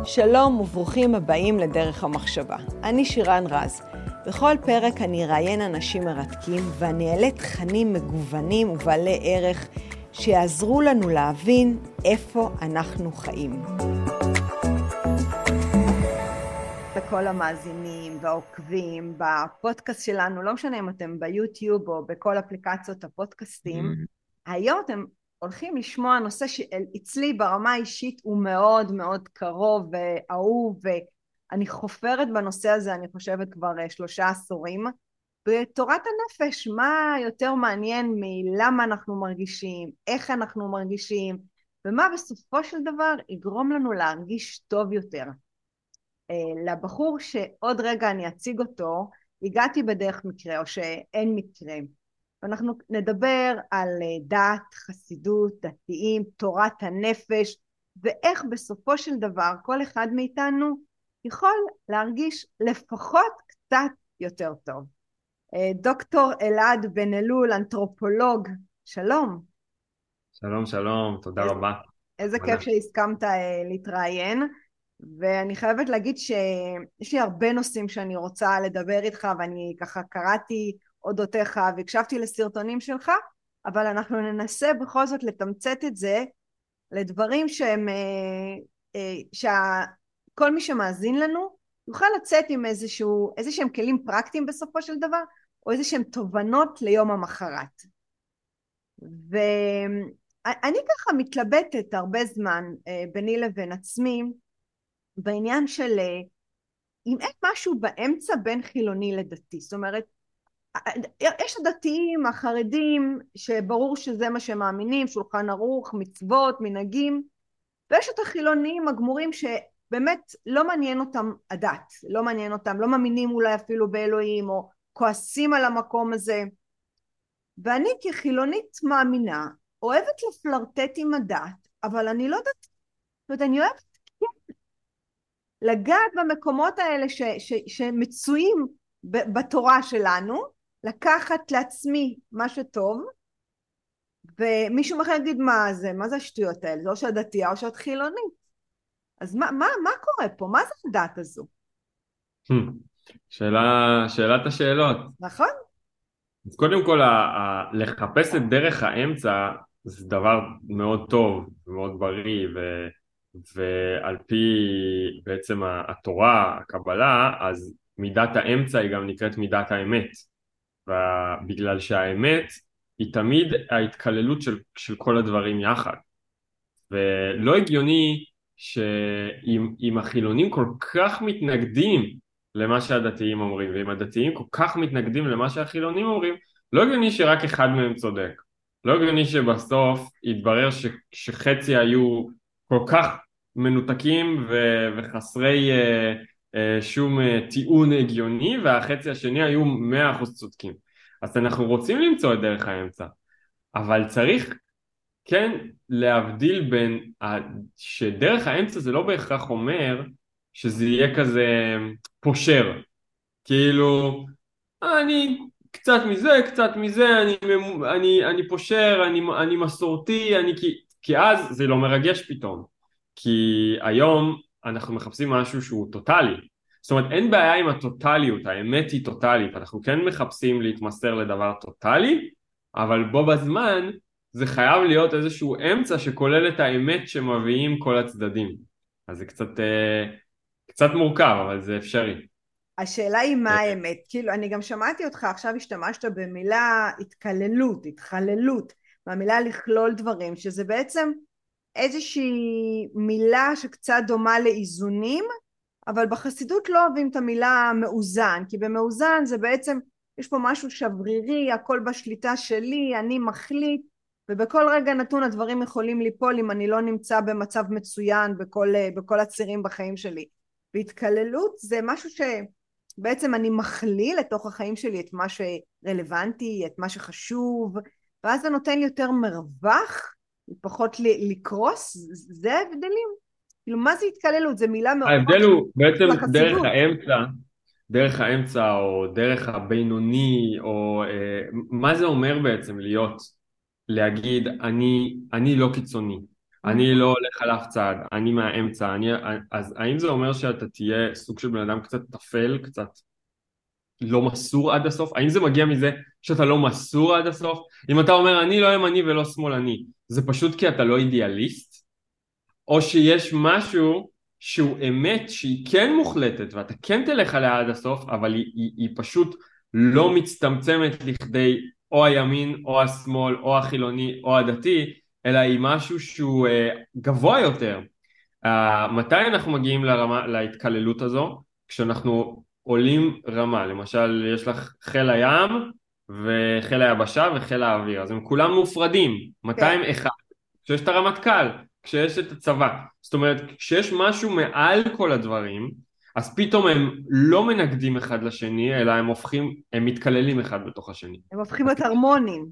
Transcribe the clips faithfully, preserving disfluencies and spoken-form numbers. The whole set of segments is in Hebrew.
שלום וברוכים הבאים לדרך המחשבה. אני שירן רז. בכל פרק אני אראיין אנשים מרתקים ואני אעלה תכנים מגוונים ובעלי ערך שיעזרו לנו להבין איפה אנחנו חיים. לכל המאזינים והעוקבים בפודקאסט שלנו, לא משנה אם אתם ביוטיוב או בכל אפליקציות הפודקאסטים, mm-hmm. היום אתם הולכים לשמוע נושא שאצלי ברמה האישית הוא מאוד מאוד קרוב ואהוב, ואני חופרת בנושא הזה, אני חושבת כבר שלושה עשורים, בתורת הנפש. מה יותר מעניין מלמה אנחנו מרגישים, איך אנחנו מרגישים, ומה בסופו של דבר יגרום לנו להרגיש טוב יותר. לבחור שעוד רגע אני אציג אותו, הגעתי בדרך מקרה או שאין מקרה. ואנחנו נדבר על דת, חסידות, דתיים, תורת הנפש, ואיך בסופו של דבר כל אחד מאיתנו יכול להרגיש לפחות קצת יותר טוב. דוקטור אלעד בן אלול, אנתרופולוג, שלום. שלום, שלום, תודה איזה, רבה. איזה כיף שהסכמת להתראיין, ואני חייבת להגיד שיש לי הרבה נושאים שאני רוצה לדבר איתך, ואני ככה קראתי אודותיך והקשבתי לסרטונים שלך, אבל אנחנו ננסה בכל זאת לתמצת את זה לדברים שהם, שכל מי שמאזין לנו יוכל לצאת עם איזשהו, איזשהם כלים פרקטיים בסופו של דבר, או איזשהם תובנות ליום המחרת. ואני ככה מתלבטת הרבה זמן ביני לבין עצמי, בעניין של אם אין משהו באמצע בין חילוני לדתי. זאת אומרת, יש הדתיים, החרדים, שברור שזה מה שהם מאמינים, שולחן ערוך, מצוות, מנהגים, ויש את החילונים הגמורים שבאמת לא מעניין אותם הדת, לא מעניין אותם, לא מאמינים אולי אפילו באלוהים, או כועסים על המקום הזה. ואני כחילונית מאמינה, אוהבת לפלרטט עם הדת, אבל אני לא יודעת, לא יודעת, אני אוהבת לגעת במקומות האלה ש, ש, שמצויים בתורה שלנו, לקחת לעצמי מה שטוב, ומישהו אחר יגיד מה זה, מה זה השטויות האלה, זה או שאת דתייה או שאת חילונית. אז מה, מה, מה קורה פה? מה זה הדת הזו? שאלה, שאלת השאלות. נכון? אז קודם כל, ה- ה- לחפש את דרך האמצע זה דבר מאוד טוב, מאוד בריא, ו- ועל פי בעצם התורה, הקבלה, אז מידת האמצע היא גם נקראת מידת האמת, ובגלל שהאמת היא תמיד ההתכללות של, של כל הדברים יחד. ולא הגיוני שאם אם החילונים כל כך מתנגדים למה שהדתיים אומרים, ואם הדתיים כל כך מתנגדים למה שהחילונים אומרים, לא הגיוני שרק אחד מהם צודק. לא הגיוני שבסוף יתברר ש, שחצי היו כל כך מנותקים ו, וחסרי uh, uh, שום uh, טיעון הגיוני, והחצי השני היו מאה אחוז צודקים. אז אנחנו רוצים למצוא את דרך האמצע, אבל צריך כן להבדיל בין שדרך האמצע זה לא בהכרח אומר שזה יהיה כזה פושר, כאילו אני קצת מזה קצת מזה אני אני אני פושר, אני אני מסורתי, אני כי כי אז זה לא מרגש פתאום, כי היום אנחנו מחפשים משהו שהוא טוטלי. זאת אומרת, אין בעיה עם הטוטליות, האמת היא טוטלית, אנחנו כן מחפשים להתמסר לדבר טוטלי, אבל בו בזמן זה חייב להיות איזשהו אמצע שכולל את האמת שמביאים כל הצדדים. אז זה קצת, אה, קצת מורכב, אבל זה אפשרי. השאלה היא מה האמת. כאילו, אני גם שמעתי אותך, עכשיו השתמשת במילה התקללות, התחללות, מהמילה לכלול דברים, שזה בעצם איזושהי מילה שקצת דומה לאיזונים, אבל בחסידות לא אוהבים את המילה מאוזן, כי במאוזן זה בעצם, יש פה משהו שברירי, הכל בשליטה שלי, אני מחליט, ובכל רגע נתון הדברים יכולים ליפול אם אני לא נמצא במצב מצוין בכל, בכל הצירים בחיים שלי. והתקללות זה משהו שבעצם אני מכליל לתוך החיים שלי את מה שרלוונטי, את מה שחשוב, ואז זה נותן לי יותר מרווח, פחות לקרוס. זה ההבדלים. כאילו, מה זה התקללות? זה מילה מאוד... ההבדל הוא בעצם דרך לחסידות. האמצע, דרך האמצע או דרך הבינוני, או אה, מה זה אומר בעצם להיות, להגיד אני, אני לא קיצוני, אני לא הולך על אף צעד, אני מהאמצע, אני, אז האם זה אומר שאתה תהיה סוג של בן אדם קצת טפל, קצת לא מסור עד הסוף? האם זה מגיע מזה שאתה לא מסור עד הסוף? אם אתה אומר אני לא ימני ולא שמאלני, זה פשוט כי אתה לא אידיאליסט? או שיש משהו שהוא אמת שהיא כן מוחלטת ואתה כן תלך עליה עד הסוף, אבל היא, היא, היא פשוט לא מצטמצמת לכדי או הימין או השמאל או החילוני או הדתי, אלא היא משהו שהוא אה, גבוה יותר. אה, מתי אנחנו מגיעים לרמה, להתקללות הזו? כשאנחנו עולים רמה, למשל יש לך חיל הים וחיל היבשה וחיל האוויר, אז הם כולם מופרדים, כן. מאתיים ואחד, כשיש את הרמטכ"ל, כשיש את הצבא, זאת אומרת כשיש משהו מעל כל הדברים, אז פתאום הם לא מנגדים אחד לשני, אלא הם הופכים, הם מתקללים אחד בתוך השני. הם הופכים אז להיות הרמונים.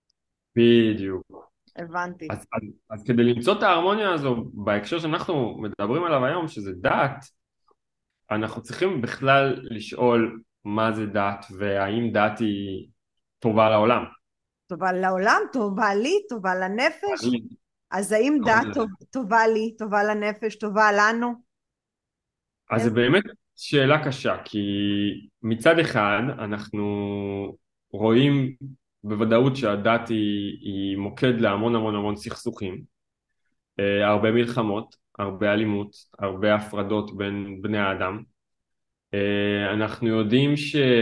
בדיוק. הבנתי. אז, אז, אז כדי למצוא את ההרמוניה הזו בהקשר שאנחנו מדברים עליו היום, שזה דת, אנחנו צריכים בכלל לשאול מה זה דת והאם דת היא טובה לעולם. טובה לעולם, טובה לי, טובה לנפש. אני- אז האם דת טוב, טובה לי, טובה לנפש, טובה לנו? אז כן. זה באמת שאלה קשה, כי מצד אחד אנחנו רואים בוודאות שהדת היא, היא מוקד להמון המון המון סכסוכים, אה, הרבה מלחמות, הרבה אלימות, הרבה הפרדות בין בני האדם. אה, אנחנו יודעים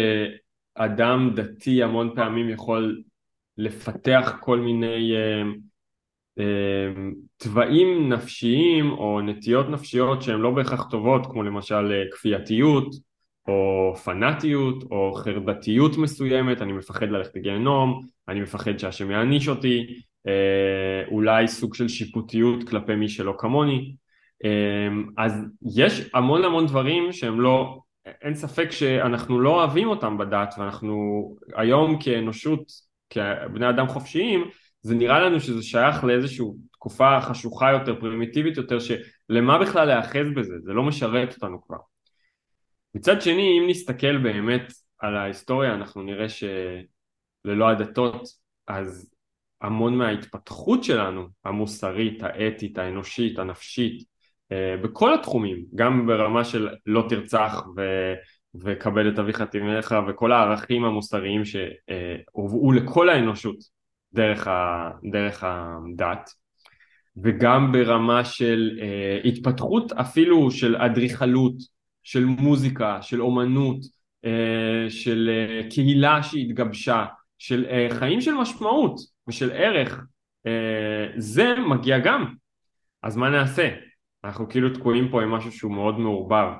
שאדם דתי המון פעמים יכול לפתח כל מיני אה, אה, תוואים נפשיים או נטיות נפשיות שהן לא בהכרח טובות, כמו למשל אה, כפייתיות או פנאטיות או חרדתיות מסוימת, אני מפחד ללכת לגיהנום, אני מפחד שהשם יעניש אותי, אה, אולי סוג של שיפוטיות כלפי מי שלא כמוני. אה, אז יש המון המון דברים שהם לא, אין ספק שאנחנו לא אוהבים אותם בדת, ואנחנו היום כאנושות, כבני אדם חופשיים, זה נראה לנו שזה שייך לאיזושהי תקופה חשוכה יותר, פרימיטיבית יותר, שלמה בכלל להיאחז בזה, זה לא משרת אותנו כבר. מצד שני, אם נסתכל באמת על ההיסטוריה, אנחנו נראה שללא הדתות, אז המון מההתפתחות שלנו, המוסרית, האתית, האנושית, הנפשית, אה, בכל התחומים, גם ברמה של לא תרצח ו... וכבד את אביך את אמך וכל הערכים המוסריים שהובאו לכל האנושות דרך, ה... דרך הדת, וגם ברמה של אה, התפתחות אפילו של אדריכלות, של מוזיקה, של אומנות, אה, של אה, קהילה שהתגבשה, של אה, חיים של משמעות ושל ערך, אה, זה מגיע גם. אז מה נעשה? אנחנו כאילו תקועים פה עם משהו שהוא מאוד מעורבב.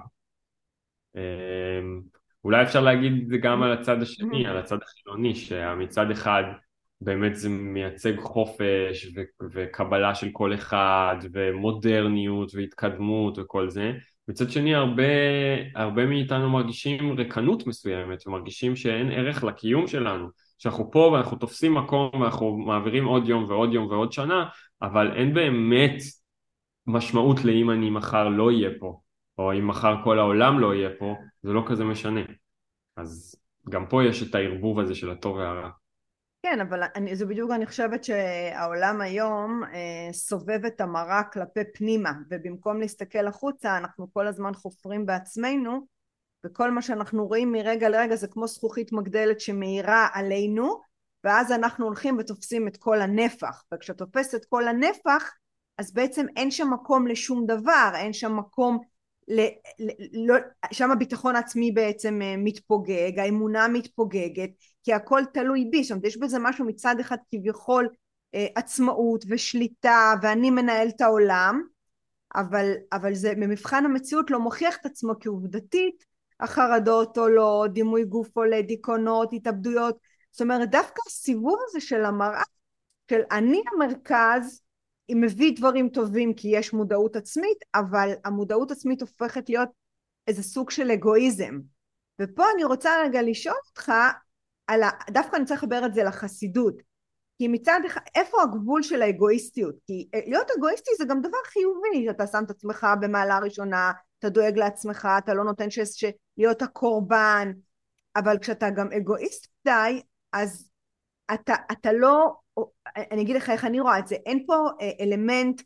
אה, אולי אפשר להגיד את זה גם על הצד השני, על הצד החילוני, שהמצד אחד באמת זה מייצג חופש ו- וקבלה של כל אחד ומודרניות והתקדמות וכל זה. מצד שני הרבה, הרבה מאיתנו מרגישים ריקנות מסוימת ומרגישים שאין ערך לקיום שלנו, שאנחנו פה ואנחנו תופסים מקום ואנחנו מעבירים עוד יום ועוד יום ועוד שנה, אבל אין באמת משמעות לאם אני מחר לא אהיה פה, או אם מחר כל העולם לא יהיה פה, זה לא כזה משנה. אז גם פה יש את הערבוב הזה של הטוב והרע. כן, אבל אני, זה בדיוק אני חושבת שהעולם היום אה, סובב את המראה כלפי פנימה, ובמקום להסתכל החוצה אנחנו כל הזמן חופרים בעצמנו, וכל מה שאנחנו רואים מרגע לרגע זה כמו זכוכית מגדלת שמאירה עלינו, ואז אנחנו הולכים ותופסים את כל הנפח, וכשאתה תופס את כל הנפח אז בעצם אין שם מקום לשום דבר, אין שם מקום ל, ל, לא, שם הביטחון העצמי בעצם אה, מתפוגג, האמונה מתפוגגת, כי הכל תלוי בי. זאת אומרת, יש בזה משהו מצד אחד כביכול אה, עצמאות ושליטה ואני מנהל את העולם, אבל, אבל זה במבחן המציאות לא מוכיח את עצמו, כי עובדתית החרדות עולות, דימוי גוף עולה, דיכאונות, התאבדויות. זאת אומרת דווקא הסיבוב הזה של המראה של אני המרכז, היא מביא דברים טובים כי יש מודעות עצמית, אבל המודעות עצמית הופכת להיות איזה סוג של אגואיזם. ופה אני רוצה רגע לשאול אותך על ה... דווקא אני צריך לחבר את זה לחסידות, כי מצד אחד איפה הגבול של האגואיסטיות? כי להיות אגואיסטי זה גם דבר חיובי, אתה שם את עצמך במעלה ראשונה, אתה דואג לעצמך, אתה לא נותן ש... ש... להיות הקורבן, אבל כשאתה גם אגואיסט די, אז אתה, אתה לא, אני אגיד לך איך אני רואה את זה, אין פה אלמנט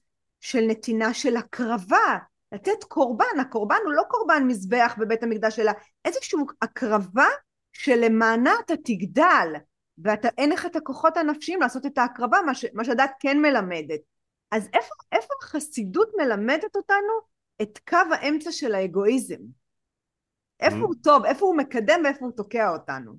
של נתינה של הקרבה, לתת קורבן, הקורבן הוא לא קורבן מזבח בבית המקדש, אלא איזושהי הקרבה שלמענה אתה תגדל, ואין לך את הכוחות הנפשיים לעשות את ההקרבה, מה, ש, מה שהדת כן מלמדת. אז איפה, איפה החסידות מלמדת אותנו את קו האמצע של האגואיזם? איפה הוא טוב, איפה הוא מקדם ואיפה הוא תוקע אותנו?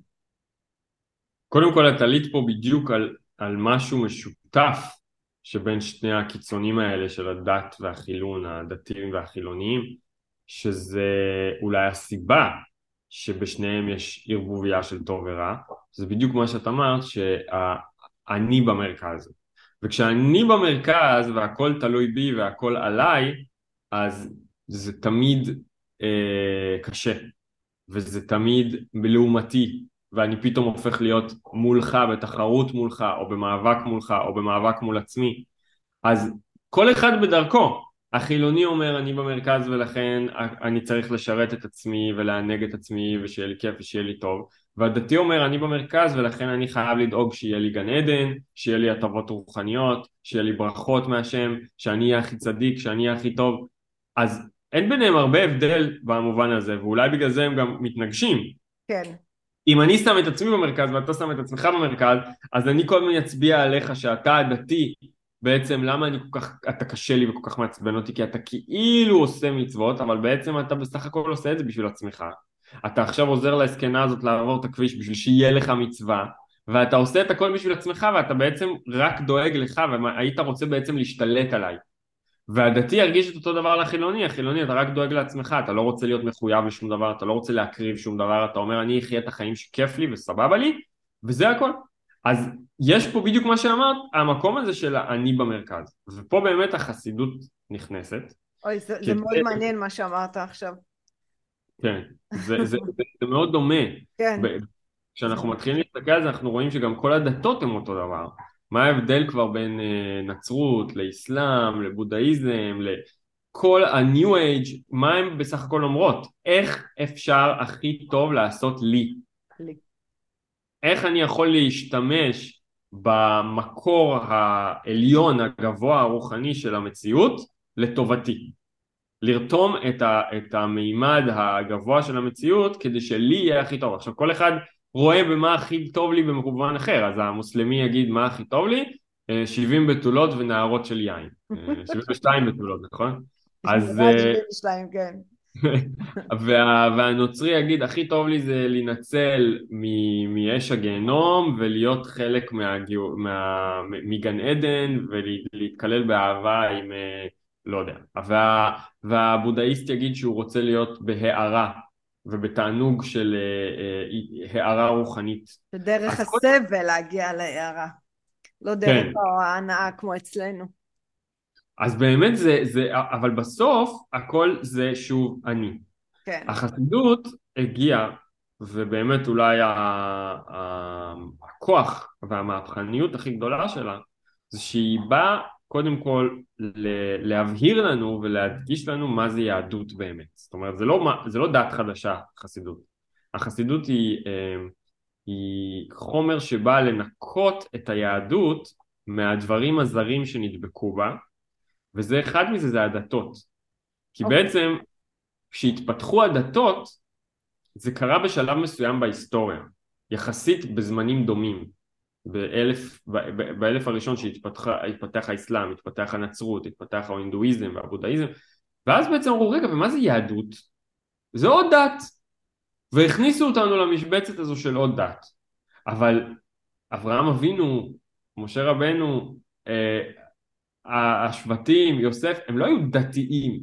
קודם כל, את עלית פה בדיוק על, על משהו משותף שבין שני הקיצונים האלה של הדת והחילון, הדתיים והחילוניים, שזה אולי הסיבה שבשניהם יש ערבוביה של טוב ורע. זה בדיוק מה שאת אמרת, שאני במרכז. וכשאני במרכז והכל תלוי בי והכל עליי, אז זה תמיד אה, קשה, וזה תמיד לעומתי, ואני פתאום הופך להיות מולך, בתחרות מולך, או במאבק מולך, או במאבק מול עצמי. אז כל אחד בדרכו. החילוני אומר אני במרכז ולכן אני צריך לשרת את עצמי ולענג את עצמי ושיהיה לי כיף ושיהיה לי טוב, והדתי אומר אני במרכז ולכן אני חייב לדאוג שיהיה לי גן עדן, שיהיה לי הטבות רוחניות, שיהיה לי ברכות מהשם, שאני אהיה הכי צדיק, שאני אהיה הכי טוב. אז אין ביניהם הרבה הבדל במובן הזה, ואולי בגלל זה הם גם מתנגשים. כן. אם אני שם את עצמי במרכז ואתה שם את עצמך במרכז, אז אני כל הזמן אצביע עליך שאתה הדתי, בעצם למה אני כל כך, אתה קשה לי וכל כך מעצבן אותי, כי אתה כאילו עושה מצוות, אבל בעצם אתה בסך הכל עושה את זה בשביל עצמך. אתה עכשיו עוזר להסכנה הזאת לעבור את הכביש בשביל שיהיה לך מצווה, ואתה עושה את הכל בשביל עצמך, ואתה בעצם רק דואג לך, והיית רוצה בעצם להשתלט עליי. והדתי ירגיש את אותו דבר לחילוני, החילוני אתה רק דואג לעצמך, אתה לא רוצה להיות מחויב לשום דבר, אתה לא רוצה להקריב שום דבר, אתה אומר אני אחיה את החיים שכיף לי וסבבה לי, וזה הכל. אז יש פה בדיוק מה שאמרת, המקום הזה של אני במרכז, ופה באמת החסידות נכנסת. אוי, זה, זה מאוד מעניין מה שאמרת עכשיו. כן, זה, זה, זה, זה מאוד דומה. כן. כשאנחנו מתחילים להסתכל על זה, אנחנו רואים שגם כל הדתות הם אותו דבר. מה ההבדל כבר בין נצרות, לאסלאם, לבודהיזם, לכל ה-New Age, מה הם בסך הכל אומרות? איך אפשר הכי טוב לעשות לי? לי. איך אני יכול להשתמש במקור העליון, הגבוה, הרוחני של המציאות, לטובתי? לרתום את, ה, את המימד הגבוה של המציאות כדי שלי יהיה הכי טוב. עכשיו כל אחד רואה במה הכי טוב לי במובן אחר, אז המוסלמי יגיד מה הכי טוב לי, שבעים בתולות ונערות של יין, שבעים ושתיים בתולות, נכון? אז שבעים ושתיים, כן. וה, והנוצרי יגיד הכי טוב לי זה להינצל מאש הגיהנום ולהיות חלק מה, מה, מגן עדן ולהתקלל באהבה עם לא יודע, וה, והבודהיסט יגיד שהוא רוצה להיות בהערה ובתענוג של אה, אה, הערה רוחנית. בדרך הסבל כל... להגיע להערה, לא דרך כן. ההנאה כמו אצלנו. אז באמת זה, זה, אבל בסוף הכל זה שוב אני. כן. החסידות הגיעה, ובאמת אולי ה, ה, הכוח והמהפכניות הכי גדולה שלה, זה שהיא באה קודם כל להבהיר לנו ולהדגיש לנו מה זה יהדות באמת. זאת אומרת, זה לא, זה לא דת חדשה, חסידות. החסידות היא, היא חומר שבא לנקות את היהדות מהדברים הזרים שנדבקו בה, וזה אחד מזה זה הדתות. כי okay. בעצם כשהתפתחו הדתות, זה קרה בשלב מסוים בהיסטוריה, יחסית בזמנים דומים. באלף, באלף הראשון שהתפתח האסלאם, התפתח הנצרות, התפתח ההינדואיזם והבודהיזם, ואז בעצם אמרו, רגע, ומה זה יהדות? זה עוד דת, והכניסו אותנו למשבצת הזו של עוד דת. אבל אברהם אבינו, משה רבנו, אה, השבטים, יוסף, הם לא היו דתיים,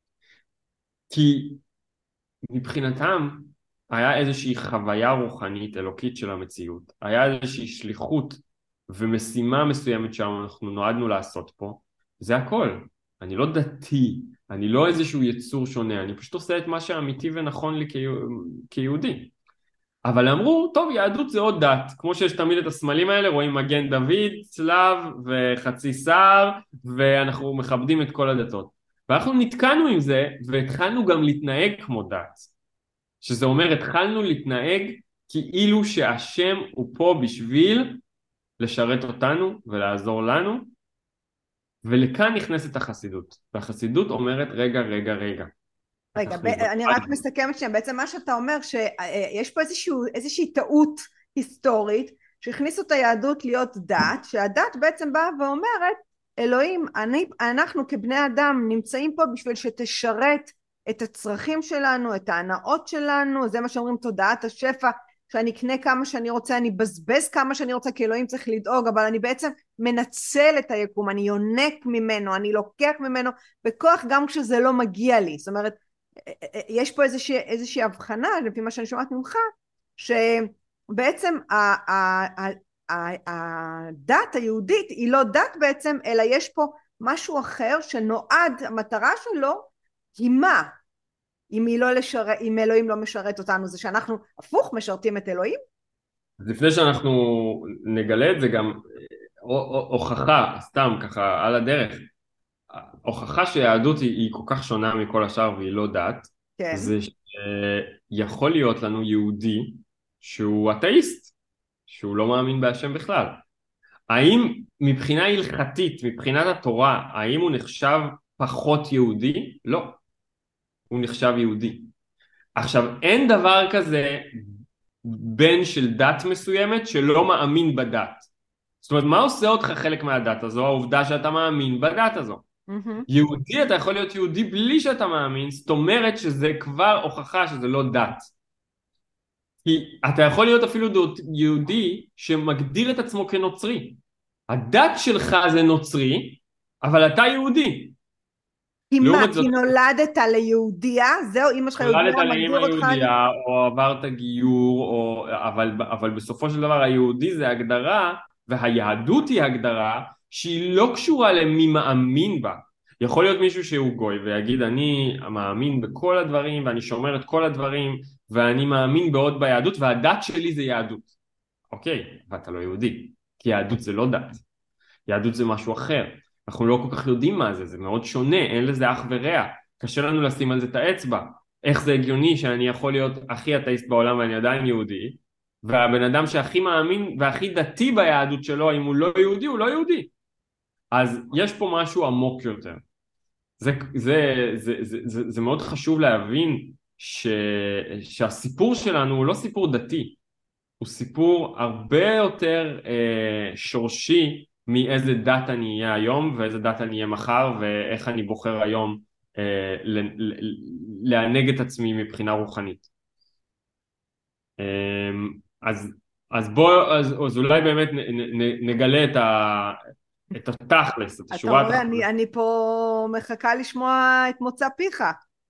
כי מבחינתם היה איזושהי חוויה רוחנית אלוקית של המציאות, היה איזושהי שליחות ומשימה מסוימת שאנחנו נועדנו לעשות פה, זה הכל. אני לא דתי, אני לא איזשהו יצור שונה, אני פשוט עושה את מה שאמיתי ונכון לי כיהודי. אבל אמרו, טוב, יהדות זה עוד דת, כמו שיש תמיד את הסמלים האלה, רואים מגן דוד, צלב וחצי שר, ואנחנו מכבדים את כל הדתות. ואנחנו נתקענו עם זה, והתחלנו גם להתנהג כמו דת. שזה אומר, התחלנו להתנהג כאילו שהשם הוא פה בשביל לשרת אותנו ולעזור לנו, ולכאן נכנסת החסידות, והחסידות אומרת רגע רגע רגע, רגע, ב- אנחנו אני רק מסכמת שם, בעצם מה שאתה אומר שיש פה איזשהו, איזושהי טעות היסטורית שהכניסו את היהדות להיות דת, שהדת בעצם באה ואומרת אלוהים, אני, אנחנו כבני אדם נמצאים פה בשביל שתשרת את הצרכים שלנו, את ההנאות שלנו, זה מה שאומרים תודעת השפע, שאני אקנה כמה שאני רוצה, אני בזבז כמה שאני רוצה, כי אלוהים צריך לדאוג, אבל אני בעצם מנצל את היקום, אני יונק ממנו, אני לוקח ממנו בכוח גם כשזה לא מגיע לי, זאת אומרת, יש פה איזושהי, איזושהי הבחנה, לפי מה שאני שומעת ממך, שבעצם הדת היהודית היא לא דת בעצם, אלא יש פה משהו אחר שנועד, המטרה שלו היא מה? אם, היא לא לשרת, אם אלוהים לא משרת אותנו, זה שאנחנו הפוך משרתים את אלוהים? אז לפני שאנחנו נגלה את זה גם, הוכחה, סתם ככה על הדרך, הוכחה שהיהדות היא, היא כל כך שונה מכל השאר והיא לא דת, כן. זה שיכול להיות לנו יהודי שהוא אתאיסט, שהוא לא מאמין בהשם בכלל. האם מבחינה הלכתית, מבחינת התורה, האם הוא נחשב פחות יהודי? לא. הוא נחשב יהודי. עכשיו, אין דבר כזה בן של דת מסוימת שלא מאמין בדת. זאת אומרת, מה עושה אותך חלק מהדת הזו? העובדה שאתה מאמין בדת הזו. Mm-hmm. יהודי, אתה יכול להיות יהודי בלי שאתה מאמין, זאת אומרת שזה כבר הוכחה שזה לא דת. כי אתה יכול להיות אפילו יהודי שמגדיר את עצמו כנוצרי. הדת שלך זה נוצרי, אבל אתה יהודי. כי מה? כי נולדת ליהודייה? זהו, אמא שלך יהודייה, נולדת לאמא יהודייה, או עברת גיור, או... אבל, אבל בסופו של דבר היהודי זה הגדרה, והיהדות היא הגדרה, שהיא לא קשורה למי מאמין בה. יכול להיות מישהו שהוא גוי ויגיד אני מאמין בכל הדברים ואני שומר את כל הדברים ואני מאמין בעוד ביהדות והדת שלי זה יהדות. אוקיי, ואתה לא יהודי, כי יהדות זה לא דת. יהדות זה משהו אחר. אנחנו לא כל כך יודעים מה זה, זה מאוד שונה, אין לזה אח ורע. קשה לנו לשים על זה את האצבע. איך זה הגיוני שאני יכול להיות הכי אתאיסט בעולם ואני עדיין יהודי, והבן אדם שהכי מאמין והכי דתי ביהדות שלו, אם הוא לא יהודי, הוא לא יהודי. אז יש פה משהו עמוק יותר. זה, זה, זה, זה, זה, זה מאוד חשוב להבין ש, שהסיפור שלנו הוא לא סיפור דתי, הוא סיפור הרבה יותר אה, שורשי מאיזה דת אני אהיה היום ואיזה דת אני אהיה מחר ואיך אני בוחר היום אה, לענג את עצמי מבחינה רוחנית. אה, אז, אז בוא, אז, אז אולי באמת נ, נ, נגלה את ה... את התכלס, את השורה התכלס. אתה רואה, אני פה מחכה לשמוע את מוצא פיך.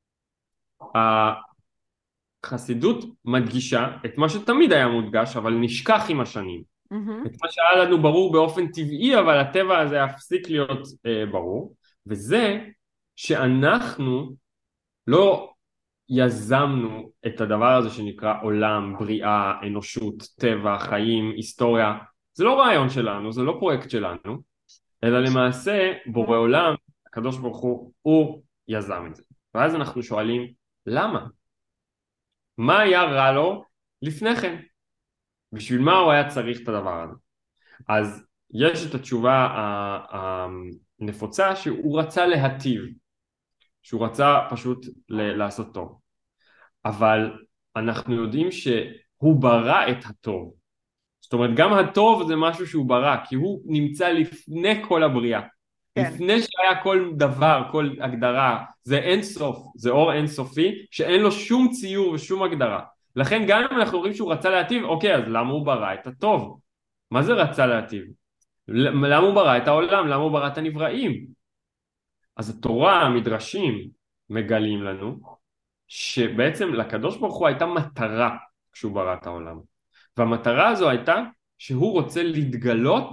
החסידות מדגישה את מה שתמיד היה מודגש, אבל נשכח עם השנים. את מה שהיה לנו ברור באופן טבעי, אבל הטבע הזה הפסיק להיות אה, ברור, וזה שאנחנו לא יזמנו את הדבר הזה שנקרא עולם, בריאה, אנושות, טבע, חיים, היסטוריה. זה לא רעיון שלנו, זה לא פרויקט שלנו, אלא למעשה בורא עולם, הקדוש ברוך הוא, הוא יזם את זה. ואז אנחנו שואלים, למה? מה היה רע לו לפני כן? בשביל מה הוא היה צריך את הדבר הזה? אז יש את התשובה הנפוצה שהוא רצה להטיב, שהוא רצה פשוט לעשות טוב. אבל אנחנו יודעים שהוא ברא את הטוב. זאת אומרת, גם הטוב זה משהו שהוא ברא, כי הוא נמצא לפני כל הבריאה. כן. לפני שהיה כל דבר, כל הגדרה, זה אין סוף, זה אור אין סופי, שאין לו שום ציור ושום הגדרה. לכן גם אם אנחנו רואים שהוא רצה להטיב, אוקיי, אז למה הוא ברא את הטוב? מה זה רצה להטיב? למה הוא ברא את העולם? למה הוא ברא את הנבראים? אז התורה, המדרשים, מגלים לנו, שבעצם לקדוש ברוך הוא הייתה מטרה כשהוא ברא את העולם. והמטרה הזו הייתה שהוא רוצה להתגלות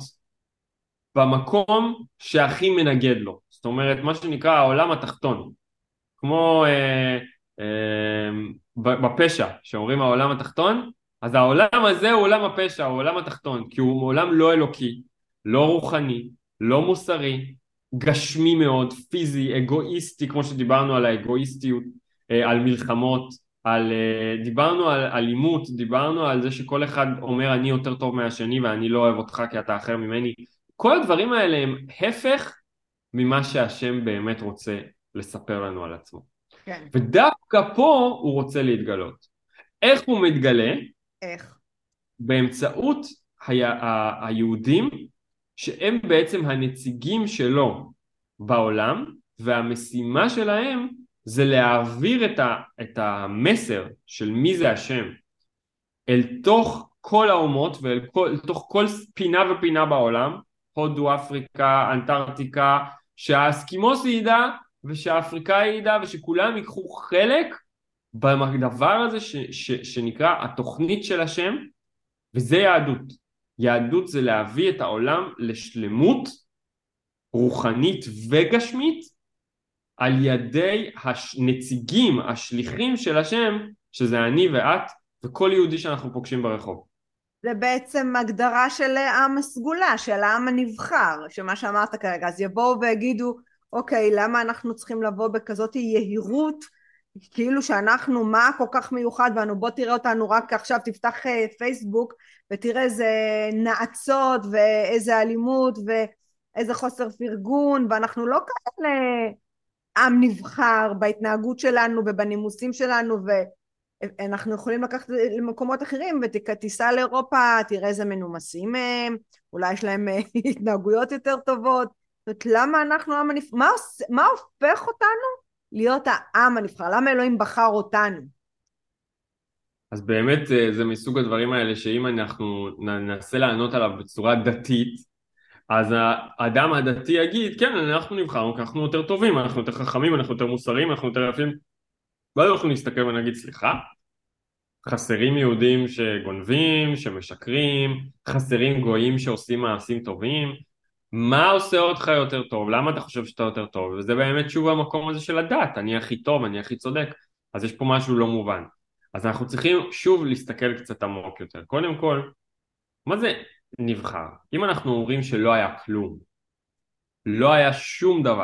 במקום שהכי מנגד לו. זאת אומרת, מה שנקרא העולם התחתון. כמו אה, אה, בפשע, שאומרים העולם התחתון, אז העולם הזה הוא עולם הפשע, הוא עולם התחתון, כי הוא עולם לא אלוקי, לא רוחני, לא מוסרי, גשמי מאוד, פיזי, אגואיסטי, כמו שדיברנו על האגואיסטיות, אה, על מלחמות, על, דיברנו על אלימות, דיברנו על זה שכל אחד אומר אני יותר טוב מהשני ואני לא אוהב אותך כי אתה אחר ממני. כל הדברים האלה הם הפך ממה שהשם באמת רוצה לספר לנו על עצמו. כן. ודווקא פה הוא רוצה להתגלות. איך הוא מתגלה? איך? באמצעות ה- ה- היהודים שהם בעצם הנציגים שלו בעולם, והמשימה שלהם זה להעביר את, ה- את המסר של מי זה השם אל תוך כל האומות ואל כל, אל תוך כל פינה ופינה בעולם, הודו, אפריקה, אנטארקטיקה, שהאסקימוס ידע ושהאפריקאי ידע ושכולם ייקחו חלק בדבר הזה ש, ש, שנקרא התוכנית של השם, וזה יהדות. יהדות זה להביא את העולם לשלמות רוחנית וגשמית על ידי הנציגים, השליחים של השם, שזה אני ואת וכל יהודי שאנחנו פוגשים ברחוב. זה בעצם הגדרה של עם הסגולה, של העם הנבחר, שמה שאמרת כרגע, אז יבואו ויגידו, אוקיי, למה אנחנו צריכים לבוא בכזאת יהירות, כאילו שאנחנו, מה כל כך מיוחד בנו, בוא תראה אותנו רק עכשיו, תפתח פייסבוק, ותראה איזה נאצות, ואיזה אלימות, ואיזה חוסר פרגון, ואנחנו לא כאלה עם נבחר בהתנהגות שלנו, ובנימוסים שלנו, ו... אנחנו יכולים לקחת למקומות אחרים ותיסע לאירופה, תראה איזה מנומסים הם, אולי יש להם התנהגויות יותר טובות. זאת אומרת, למה אנחנו העם הנבחר? מה, מה הופך אותנו להיות העם הנבחר? למה אלוהים בחר אותנו? אז באמת זה מסוג הדברים האלה שאם אנחנו ננסה לענות עליו בצורה דתית, אז האדם הדתי יגיד, כן, אנחנו נבחרנו, כי אנחנו יותר טובים, אנחנו יותר חכמים, אנחנו יותר מוסריים, אנחנו יותר יפים. ואז אנחנו נסתכל ונגיד, סליחה, חסרים יהודים שגונבים, שמשקרים, חסרים גויים שעושים מעשים טובים. מה עושה אותך יותר טוב? למה אתה חושב שאתה יותר טוב? וזה באמת שוב המקום הזה של הדת, אני הכי טוב, אני הכי צודק. אז יש פה משהו לא מובן. אז אנחנו צריכים שוב להסתכל קצת עמוק יותר. קודם כל, מה זה נבחר? אם אנחנו אומרים שלא היה כלום, לא היה שום דבר,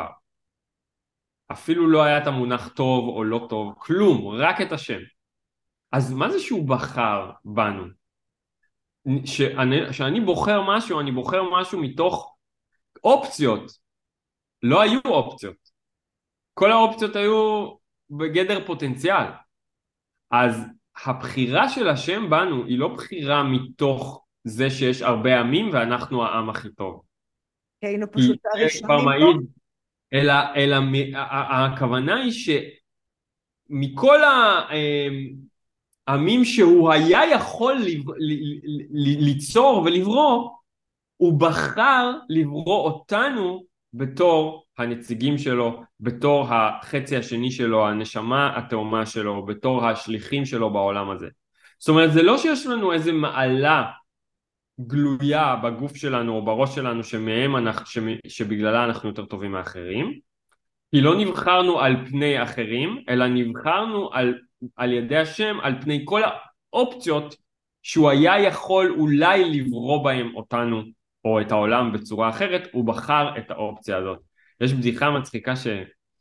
אפילו לא היה את המונח טוב או לא טוב, כלום, רק את השם. אז מה זה שהוא בחר בנו? שאני, שאני בוחר משהו, אני בוחר משהו מתוך אופציות. לא היו אופציות. כל האופציות היו בגדר פוטנציאל. אז הבחירה של השם בנו היא לא בחירה מתוך זה שיש הרבה עמים ואנחנו העם הכי טוב. היינו כי פשוט זה כבר הראשונים פה. מעיד, אלא, אלא הכוונה היא שמכל העמים שהוא היה יכול ליצור ולברוא, הוא בחר לברוא אותנו בתור הנציגים שלו, בתור החצי השני שלו, הנשמה התאומה שלו, בתור השליחים שלו בעולם הזה. זאת אומרת, זה לא שיש לנו איזה מעלה גלויה בגוף שלנו או בראש שלנו שמהם אנחנו, שבגללה אנחנו יותר טובים מאחרים, כי לא נבחרנו על פני אחרים, אלא נבחרנו על, על ידי השם, על פני כל האופציות שהוא היה יכול אולי לברוא בהם אותנו או את העולם בצורה אחרת, הוא בחר את האופציה הזאת. יש בדיחה מצחיקה ש,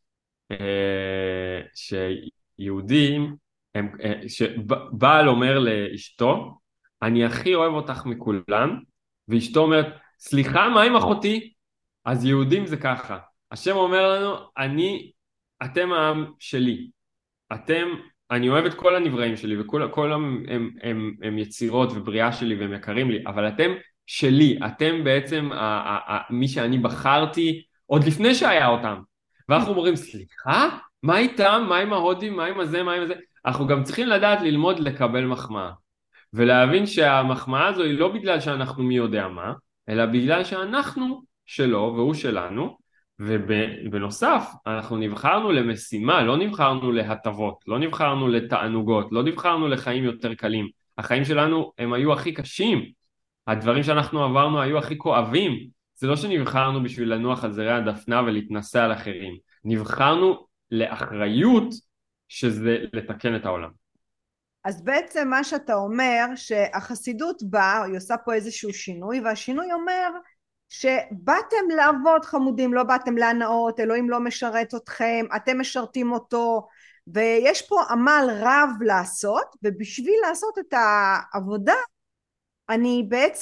שיהודים, הם, שבעל אומר לאשתו, אני הכי אוהב אותך מכולם, ואשתו אומרת, סליחה, מה עם אחותי? אז יהודים זה ככה, השם אומר לנו, אני, אתם העם שלי, אתם, אני אוהב את כל הנבראים שלי, וכל כל הם, הם, הם, הם יצירות ובריאה שלי והם יקרים לי, אבל אתם שלי, אתם בעצם ה, ה, ה, מי שאני בחרתי עוד לפני שהיה אותם. ואנחנו אומרים, סליחה? מה איתם? מה עם ההודים? מה עם הזה? מה עם הזה? אנחנו גם צריכים לדעת ללמוד לקבל מחמאה. ולהבין שהמחמאה הזו היא לא בגלל שאנחנו מי יודע מה, אלא בגלל שאנחנו שלו והוא שלנו, ובנוסף אנחנו נבחרנו למשימה, לא נבחרנו להטבות, לא נבחרנו לתענוגות, לא נבחרנו לחיים יותר קלים. החיים שלנו הם היו הכי קשים, הדברים שאנחנו עברנו היו הכי כואבים. זה לא שנבחרנו בשביל לנוח על זרי הדפנה ולהתנסה על אחרים, נבחרנו לאחריות שזה לתקן את העולם. אז בעצם מה שאתה אומר שהחסידות באה, היא עושה פה איזשהו שינוי, והשינוי אומר שבאתם לעבוד חמודים, לא באתם להנאות, אלוהים לא משרת אתכם, אתם משרתים אותו, ויש פה עמל רב לעשות, ובשביל לעשות את העבודה אני בעצם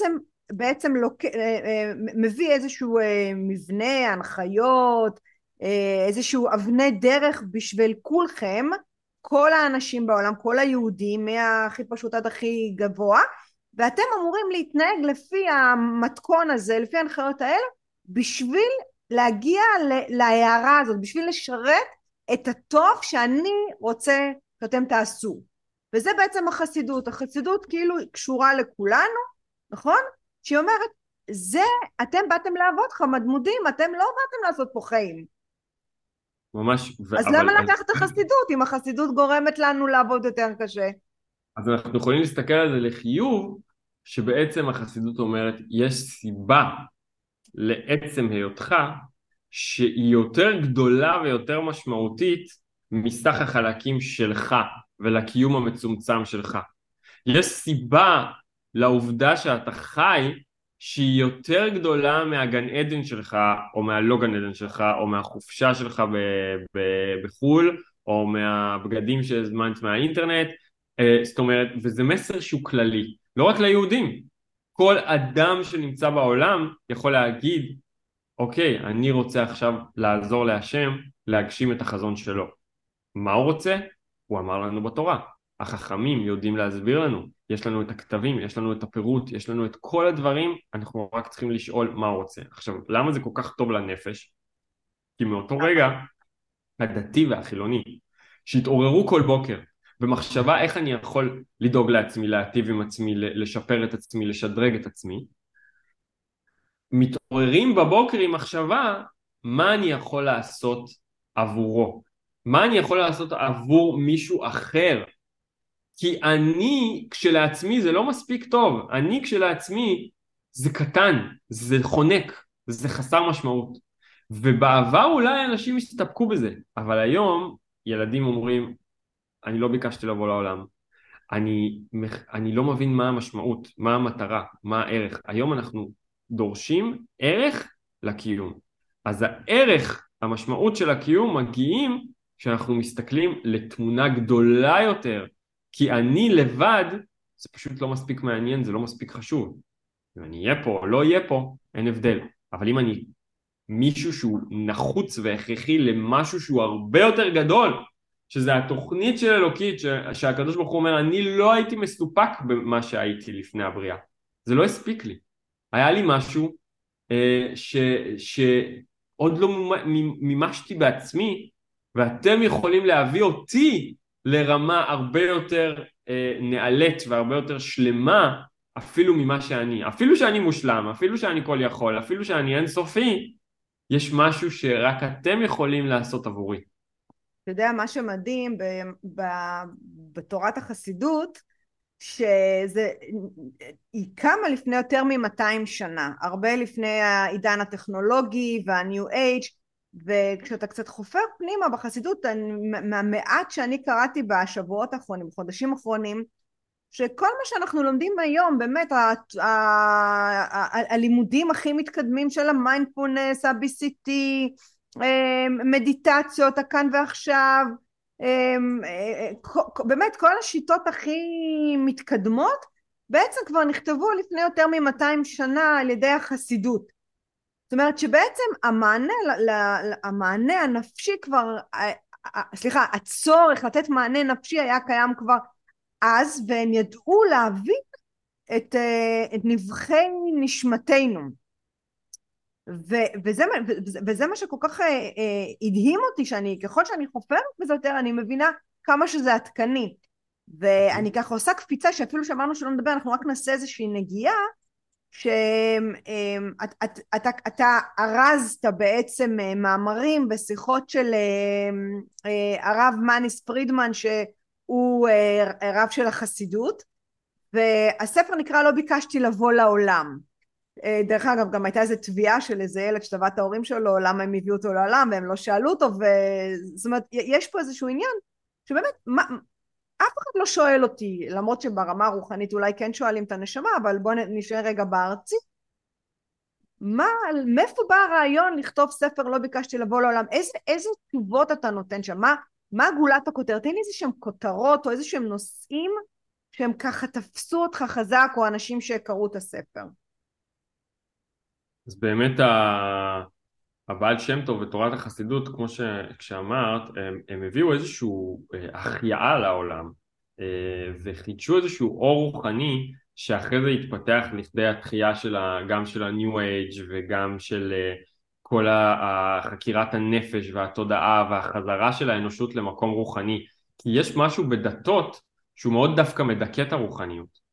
בעצם לוק... מביא איזשהו מבנה, הנחיות, איזשהו אבני דרך בשביל כולכם, כל האנשים בעולם, כל היהודים, מהכי פשוט עד הכי גבוה, ואתם אמורים להתנהג לפי המתכון הזה, לפי ההנחיות האלה, בשביל להגיע להערה הזאת, בשביל לשרת את הטוב שאני רוצה שאתם תעשו. וזה בעצם החסידות. החסידות כאילו קשורה לכולנו, נכון? שהיא אומרת, זה, אתם באתם לעבוד חמדמודים, אתם לא באתם לעשות פה חיים. ממש. ו- אז אבל- למה אז- לקחת את החסידות, אם החסידות גורמת לנו לעבוד יותר קשה? אז אנחנו יכולים להסתכל על זה לחיוב, שבעצם החסידות אומרת, יש סיבה לעצם היותך, שהיא יותר גדולה ויותר משמעותית מסך החלקים שלך ולקיום המצומצם שלך. יש סיבה לעובדה שאתה חי שהיא יותר גדולה מהגן עדן שלך או מהלא גן עדן שלך או מהחופשה שלך ב- ב- בחול או מהבגדים שהזמנת מהאינטרנט. זאת אומרת, וזה מסר שהוא כללי, לא רק ליהודים. כל אדם שנמצא בעולם יכול להגיד, אוקיי, אני רוצה עכשיו לעזור להשם להגשים את החזון שלו. מה הוא רוצה? הוא אמר לנו בתורה. החכמים יודעים להסביר לנו, יש לנו את הכתבים, יש לנו את הפירוט, יש לנו את כל הדברים, אנחנו רק צריכים לשאול מה הוא רוצה. עכשיו, למה זה כל כך טוב לנפש? כי מאותו רגע, הדתי והחילוני, שהתעוררו כל בוקר, במחשבה איך אני יכול לדאוג לעצמי, להטיב עם עצמי, לשפר את עצמי, לשדרג את עצמי, מתעוררים בבוקר עם מחשבה, מה אני יכול לעשות עבורו? מה אני יכול לעשות עבור מישהו אחר? כי אני כשלעצמי זה לא מספיק טוב, אני כשלעצמי זה קטן, זה חונק, זה חסר משמעות. ובעבר אולי אנשים הסתפקו בזה, אבל היום ילדים אומרים, אני לא ביקשתי לבוא לעולם, אני, אני לא מבין מה המשמעות, מה המטרה, מה הערך. היום אנחנו דורשים ערך לקיום. אז הערך, המשמעות של הקיום מגיעים כשאנחנו מסתכלים לתמונה גדולה יותר, כי אני לבד, זה פשוט לא מספיק מעניין, זה לא מספיק חשוב. אם אני אהיה פה או לא אהיה פה, אין הבדל. אבל אם אני מישהו שהוא נחוץ והכרחי למשהו שהוא הרבה יותר גדול, שזה התוכנית של אלוקית, שהקדוש ברוך הוא אומר, אני לא הייתי מסופק במה שהייתי לפני הבריאה. זה לא הספיק לי. היה לי משהו אה, ש, שעוד לא מימשתי בעצמי, ואתם יכולים להביא אותי לרמה הרבה יותר אה, נעלית והרבה יותר שלמה, אפילו ממה שאני. אפילו שאני מושלם, אפילו שאני כל יכול, אפילו שאני אינסופי, יש משהו שרק אתם יכולים לעשות עבורי. אתה יודע, מה שמדהים ב, ב, בתורת החסידות, שזה, היא קמה לפני יותר מ-מאתיים שנה, הרבה לפני העידן הטכנולוגי וה-New Age, וכשאתה קצת חופר פנימה בחסידות, מהמעט שאני קראתי בשבועות האחרונים, בחודשים האחרונים, שכל מה שאנחנו לומדים היום, באמת, ה- ה- ה- הלימודים הכי מתקדמים של המיינדפולנס, ה-בי סי טי, מדיטציות, הכאן ועכשיו, באמת כל השיטות הכי מתקדמות, בעצם כבר נכתבו לפני יותר מ-מאתיים שנה על ידי החסידות. זאת אומרת שבעצם המענה, המענה הנפשי כבר, סליחה, הצורך לתת מענה נפשי היה קיים כבר אז, והם ידעו להבין את, את נבחי נשמתנו. ו, וזה, וזה, וזה מה שכל כך אה, הדהים אותי, שאני, ככל שאני חופרת בזה יותר, אני מבינה כמה שזה עדכני. ואני ככה עושה קפיצה, שאפילו שאמרנו שלא נדבר, אנחנו רק נעשה איזושהי נגיעה, שאתה ארזת בעצם מאמרים ושיחות של הרב מניס פרידמן, שהוא רב של החסידות, והספר נקרא לא ביקשתי לבוא לעולם. דרך אגב, גם הייתה איזו תביעה של איזה ילד שטבע את ההורים שלו, למה הם הביאו אותו לעולם, והם לא שאלו אותו, וזאת אומרת, יש פה איזשהו עניין, שבאמת, מה, אף אחד לא שואל אותי, למרות שברמה הרוחנית אולי כן שואלים את הנשמה, אבל בואו נשאר רגע בארצי. מה, מאיפה בא הרעיון לכתוב ספר לא ביקשתי לבוא לעולם? איזה, איזה תשובות אתה נותן שם? מה, מה גולת הכותרת? תן לי איזה שהם כותרות או איזה שהם נושאים שהם ככה תפסו אותך חזק, או אנשים שקראו את הספר. אז באמת ה... הבעל שם טוב ותורת החסידות, כמו שאמרת, הם, הם הביאו איזשהו אה, החייאה לעולם, אה, וחידשו איזשהו אור רוחני שאחרי זה התפתח לכדי התחייה של ה, גם של ה-New Age וגם של אה, כל ה- החקירת הנפש והתודעה והחזרה של האנושות למקום רוחני. כי יש משהו בדתות שהוא מאוד דווקא מדכא את הרוחניות.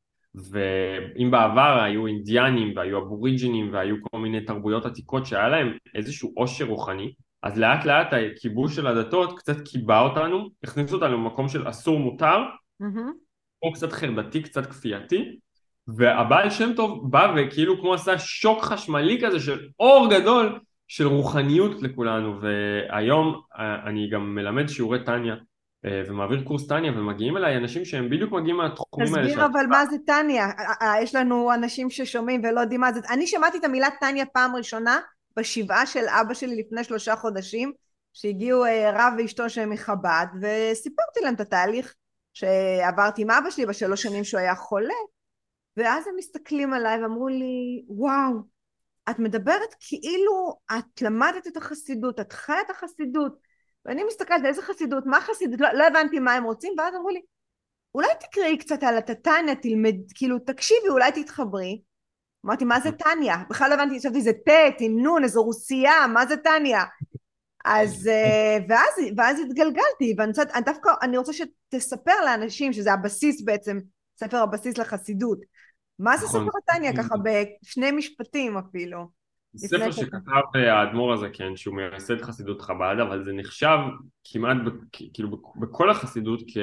ואם בעבר היו אינדיאנים והיו אבוריג'ינים והיו כל מיני תרבויות עתיקות שהיה להם איזשהו עושר רוחני, אז לאט לאט הכיבוש של הדתות קצת קיבע אותנו, הכניסו אותנו למקום של אסור מותר, Mm-hmm. או קצת חרדתי, קצת כפייתי, והבעל שם טוב בא וכאילו כמו עשה שוק חשמלי כזה של אור גדול של רוחניות לכולנו. והיום אה, אני גם מלמד שיעורי טניה אה, ומעביר קורס טניה, ומגיעים אליי אנשים שהם בדיוק מגיעים מהתחומים האלה תסביר שאת... אבל מה זה טניה. אה, אה, יש לנו אנשים ששומעים ולא יודעים מה זה. אני שמעתי את המילה טניה פעם ראשונה בשבעה של אבא שלי לפני שלושה חודשים, שהגיעו אה, רב ואשתו שהם מחב"ד, וסיפרתי להם את התהליך שעברתי עם אבא שלי בשלוש שנים שהוא היה חולה, ואז הם מסתכלים עליי ואמרו לי, וואו, את מדברת כאילו את למדת את החסידות, את חיה את החסידות. ואני מסתכלת, איזה חסידות, מה חסידות? לא, לא הבנתי מה הם רוצים, ואז אמרו לי, אולי תקראי קצת על הטניה, תלמד, כאילו תקשיבי, אולי תתחברי. אמרתי, מה זה טניה? בכלל לא הבנתי, חשבתי, זה ט' עם נון, איזו רוסייה, מה זה טניה? אז, אה, ואז, ואז התגלגלתי, ואני רוצה, אני דווקא, אני רוצה שתספר לאנשים, שזה הבסיס בעצם, ספר הבסיס לחסידות. מה זה נכון. ספר הטניה? ככה בשני משפטים אפילו. זה לפני ספר שאתה... שכתב אה, האדמו"ר הזה, כן, שהוא מייסד חסידות חב"ד, אבל זה נחשב כמעט, ב, כאילו בכל החסידות כ,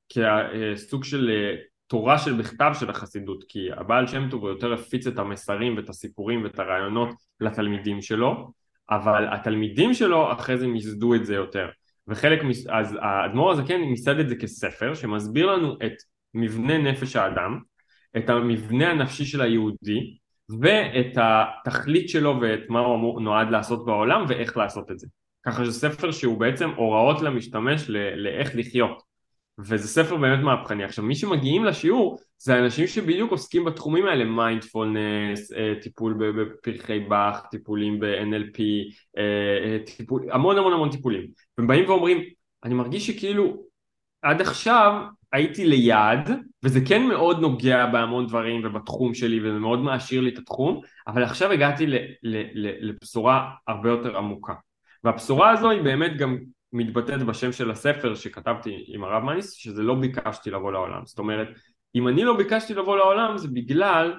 כסוג של אה, תורה של בכתב של החסידות, כי הבעל שם טוב הוא יותר הפיץ את המסרים ואת הסיפורים ואת הרעיונות לתלמידים שלו, אבל התלמידים שלו אחרי זה מיסדו את זה יותר. וחלק, אז האדמו"ר הזה כן מיסד את זה כספר שמסביר לנו את מבנה נפש האדם, את המבנה הנפשי של היהודי, ואת התכלית שלו ואת מה הוא אמור, נועד לעשות בעולם ואיך לעשות את זה. ככה שזה ספר שהוא בעצם הוראות למשתמש ל- לאיך לחיות. וזה ספר באמת מהפכני. עכשיו מי שמגיעים לשיעור זה אנשים שבדיוק עוסקים בתחומים האלה, מיינדפולנס, טיפול בפרחי באך, טיפולים ב-אן אל פי, טיפול, המון המון המון טיפולים. והם באים ואומרים, אני מרגיש שכאילו עד עכשיו הייתי ליד, וזה כן מאוד נוגע בהמון דברים ובתחום שלי, וזה מאוד מעשיר לי את התחום, אבל עכשיו הגעתי ל, ל, ל, לבשורה הרבה יותר עמוקה. והבשורה הזו היא באמת גם מתבטאת בשם של הספר שכתבתי עם הרב מניס, שזה לא ביקשתי לבוא לעולם. זאת אומרת, אם אני לא ביקשתי לבוא לעולם, זה בגלל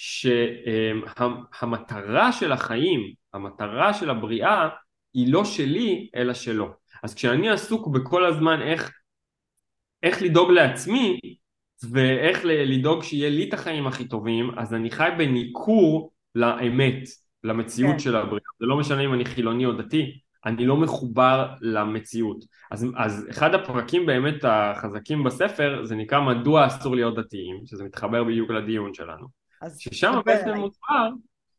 שהמטרה של החיים, המטרה של הבריאה, היא לא שלי, אלא שלו. אז כשאני עסוק בכל הזמן איך איך לדאוג לעצמי ואיך לדאוג שיהיה לי את החיים הכי טובים, אז אני חי בניכור לאמת, למציאות כן. של הבריאה. זה לא משנה אם אני חילוני או דתי, אני לא מחובר למציאות. אז, אז אחד הפרקים באמת החזקים בספר זה נקרא מדוע אסור להיות דתיים, שזה מתחבר בדיוק לדיון שלנו. אז ששם דבר בעצם אליי. מוסבר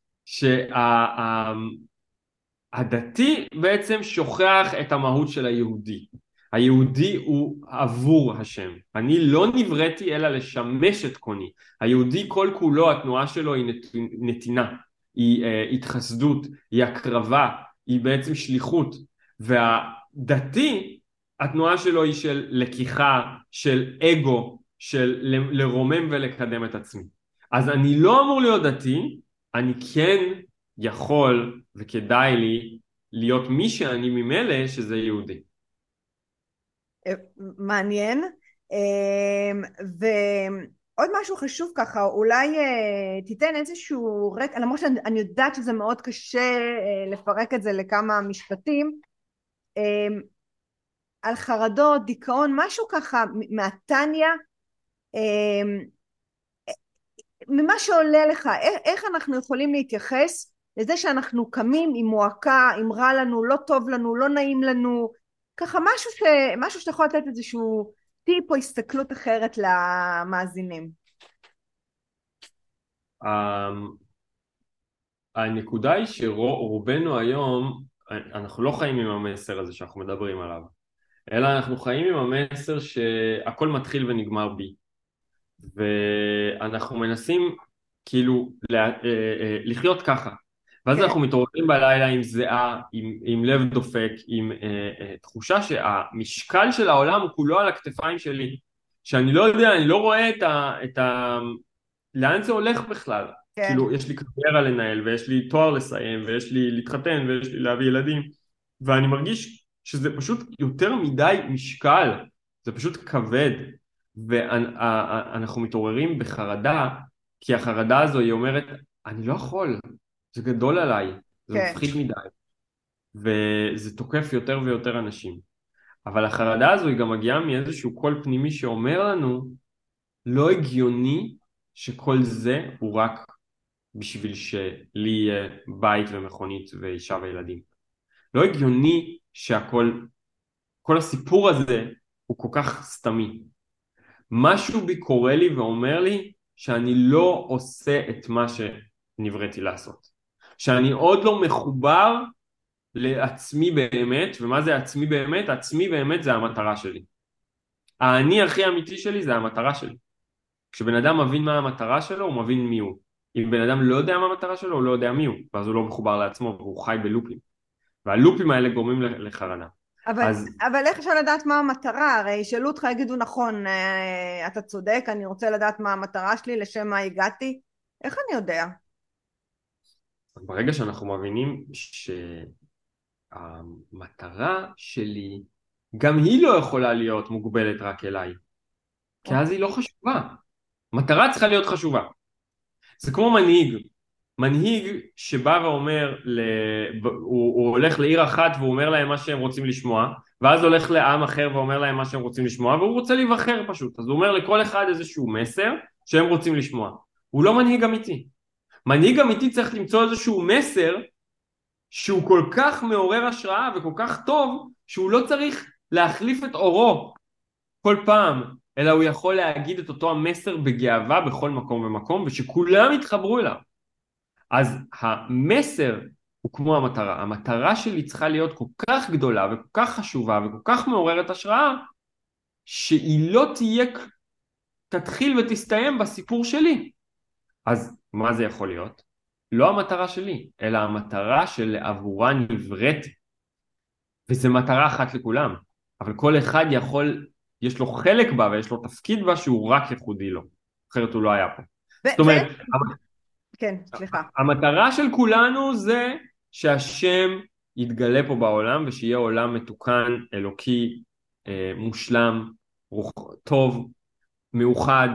שהדתי בעצם שוכח את המהות של היהודי. היהודי הוא עבור השם. אני לא נבראתי אלא לשמש את קוני. היהודי כל כולו, התנועה שלו היא נתינה, היא uh, התחסדות, היא הקרבה, היא בעצם שליחות. והדתי, התנועה שלו היא של לקיחה, של אגו, של לרומם ולקדם את עצמי. אז אני לא אמור להיות דתי, אני כן יכול וכדאי לי להיות מי שאני ממילא שזה יהודי. מעניין. ועוד משהו חשוב ככה, אולי תיתן איזשהו רקע, למרות שאני יודעת שזה מאוד קשה לפרק את זה לכמה משפטים, על חרדות, דיכאון, משהו ככה מהטניה, ממה שעולה לך, איך אנחנו יכולים להתייחס לזה שאנחנו קמים עם מועקה, עם רע לנו, לא טוב לנו, לא נעים לנו, ככה משהו, ש... משהו שאתה יכול לתת איזשהו טיפ או הסתכלות אחרת למאזינים. הנקודה היא שרובנו היום, אנחנו לא חיים עם המסר הזה שאנחנו מדברים עליו, אלא אנחנו חיים עם המסר שהכל מתחיל ונגמר בי. ואנחנו מנסים כאילו לחיות ככה. ואז כן, אנחנו מתעוררים בלילה עם זיעה, עם, עם לב דופק, עם אה, אה, תחושה שהמשקל של העולם הוא כולו על הכתפיים שלי, שאני לא יודע, אני לא רואה את ה... את ה לאן זה הולך בכלל? כן, כאילו, יש לי קריירה לנהל, ויש לי תואר לסיים, ויש לי להתחתן, ויש לי להביא ילדים, ואני מרגיש שזה פשוט יותר מדי משקל, זה פשוט כבד, ואנחנו מתעוררים בחרדה, כי החרדה הזו היא אומרת, אני לא יכול, זה גדול עליי, זה כן, מפחיד מדי, וזה תוקף יותר ויותר אנשים. אבל החרדה הזו היא גם מגיעה מאיזשהו קול פנימי שאומר לנו, לא הגיוני שכל זה הוא רק בשביל שלי יהיה בית ומכונית ואישה וילדים. לא הגיוני שהכל, כל הסיפור הזה הוא כל כך סתמי. משהו בי קורא לי ואומר לי שאני לא עושה את מה שנבראתי לעשות. שאני עוד לא מחובר לעצמי באמת, ומה זה עצמי באמת? עצמי באמת זה המטרה שלי. האני הכי אמיתי שלי זה המטרה שלי. כשבן אדם מבין מה המטרה שלו, הוא מבין מי הוא. אם בן אדם לא יודע מה המטרה שלו, הוא לא יודע מי הוא, ואז הוא לא מחובר לעצמו, והוא חי בלופים. והלופים האלה גורמים לחרנה. אבל, אז אבל איך אפשר לדעת מה המטרה? הרי ישאלו אותך, יגידו נכון, אה, אתה צודק, אני רוצה לדעת מה המטרה שלי, לשם מה הגעתי. איך אני יודע? ברגע שאנחנו מבינים שהמטרה שלי, גם היא לא יכולה להיות מוגבלת רק אליי, כי אז היא לא חשובה. מטרה צריכה להיות חשובה. זה כמו מנהיג. מנהיג שבא ואומר, ל... הוא, הוא הולך לעיר אחת והוא אומר להם מה שהם רוצים לשמוע, ואז הולך לעם אחר ואומר להם מה שהם רוצים לשמוע, והוא רוצה להיבחר פשוט. אז הוא אומר לכל אחד איזשהו מסר שהם רוצים לשמוע. הוא לא מנהיג אמיתי. מנהיג אמיתי צריך למצוא איזשהו מסר שהוא כל כך מעורר השראה וכל כך טוב, שהוא לא צריך להחליף את אורו כל פעם, אלא הוא יכול להגיד את אותו המסר בגאווה בכל מקום ומקום, ושכולם יתחברו אליו. אז המסר הוא כמו המטרה. המטרה שלי צריכה להיות כל כך גדולה וכל כך חשובה וכל כך מעוררת השראה, שהיא לא תהיה, תתחיל ותסתיים בסיפור שלי. אז מה זה יכול להיות? לא המטרה שלי, אלא המטרה שלעבורה נבראתי. וזו מטרה אחת לכולם. אבל כל אחד יכול, יש לו חלק בה ויש לו תפקיד בה שהוא רק ייחודי לו. אחרת הוא לא היה פה. זאת ו- אומרת, ו- כן, סליחה. המטרה של כולנו זה שהשם יתגלה פה בעולם ושיהיה עולם מתוקן, אלוקי, אה, מושלם, רוח, טוב, מאוחד,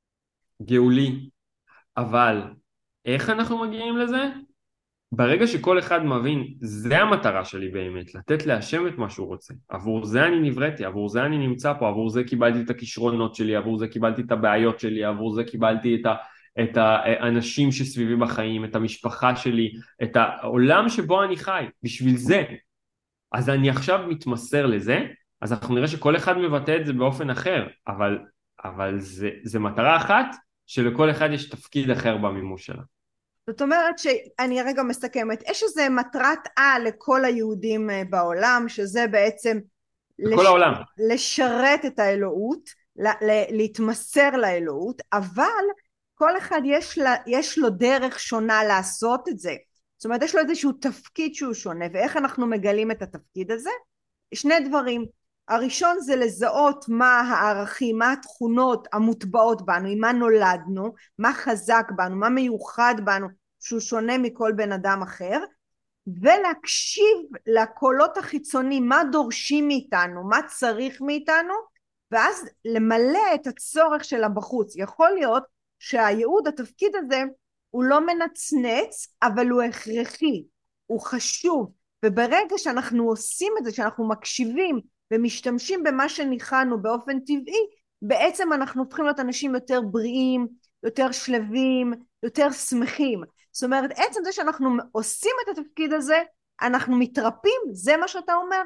גאולי. אבל איך אנחנו מגיעים לזה? ברגע שכל אחד מבין, זה המטרה שלי באמת, לתת להשם את מה שהוא רוצה. עבור זה אני נבראתי, עבור זה אני נמצא פה, עבור זה קיבלתי את הכישרונות שלי, עבור זה קיבלתי את הבעיות שלי, עבור זה קיבלתי את ה... את האנשים שסביבי בחיים, את המשפחה שלי, את העולם שבו אני חי, בשביל זה. אז אני עכשיו מתמסר לזה, אז אנחנו נראה שכל אחד מבטא את זה באופן אחר, אבל, אבל זה, זה מטרה אחת שלכל אחד יש תפקיד אחר במימוש שלה. זאת אומרת שאני רגע מסכמת, יש איזה מטרת על לכל היהודים בעולם, שזה בעצם בכל לש... העולם. לשרת את האלוהות, להתמסר לאלוהות, אבל כל אחד יש, לה, יש לו דרך שונה לעשות את זה. זאת אומרת, יש לו איזשהו תפקיד שהוא שונה, ואיך אנחנו מגלים את התפקיד הזה? שני דברים. הראשון זה לזהות מה הערכים, מה התכונות המוטבעות בנו, עם מה נולדנו, מה חזק בנו, מה מיוחד בנו, שהוא שונה מכל בן אדם אחר, ולהקשיב לקולות החיצוניים, מה דורשים מאיתנו, מה צריך מאיתנו, ואז למלא את הצורך שלה בחוץ. יכול להיות שהייעוד, התפקיד הזה, הוא לא מנצנץ, אבל הוא הכרחי, הוא חשוב, וברגע שאנחנו עושים את זה, שאנחנו מקשיבים ומשתמשים במה שניחנו באופן טבעי, בעצם אנחנו הופכים להיות אנשים יותר בריאים, יותר שלווים, יותר שמחים. זאת אומרת, עצם זה שאנחנו עושים את התפקיד הזה, אנחנו מתרפים, זה מה שאתה אומר?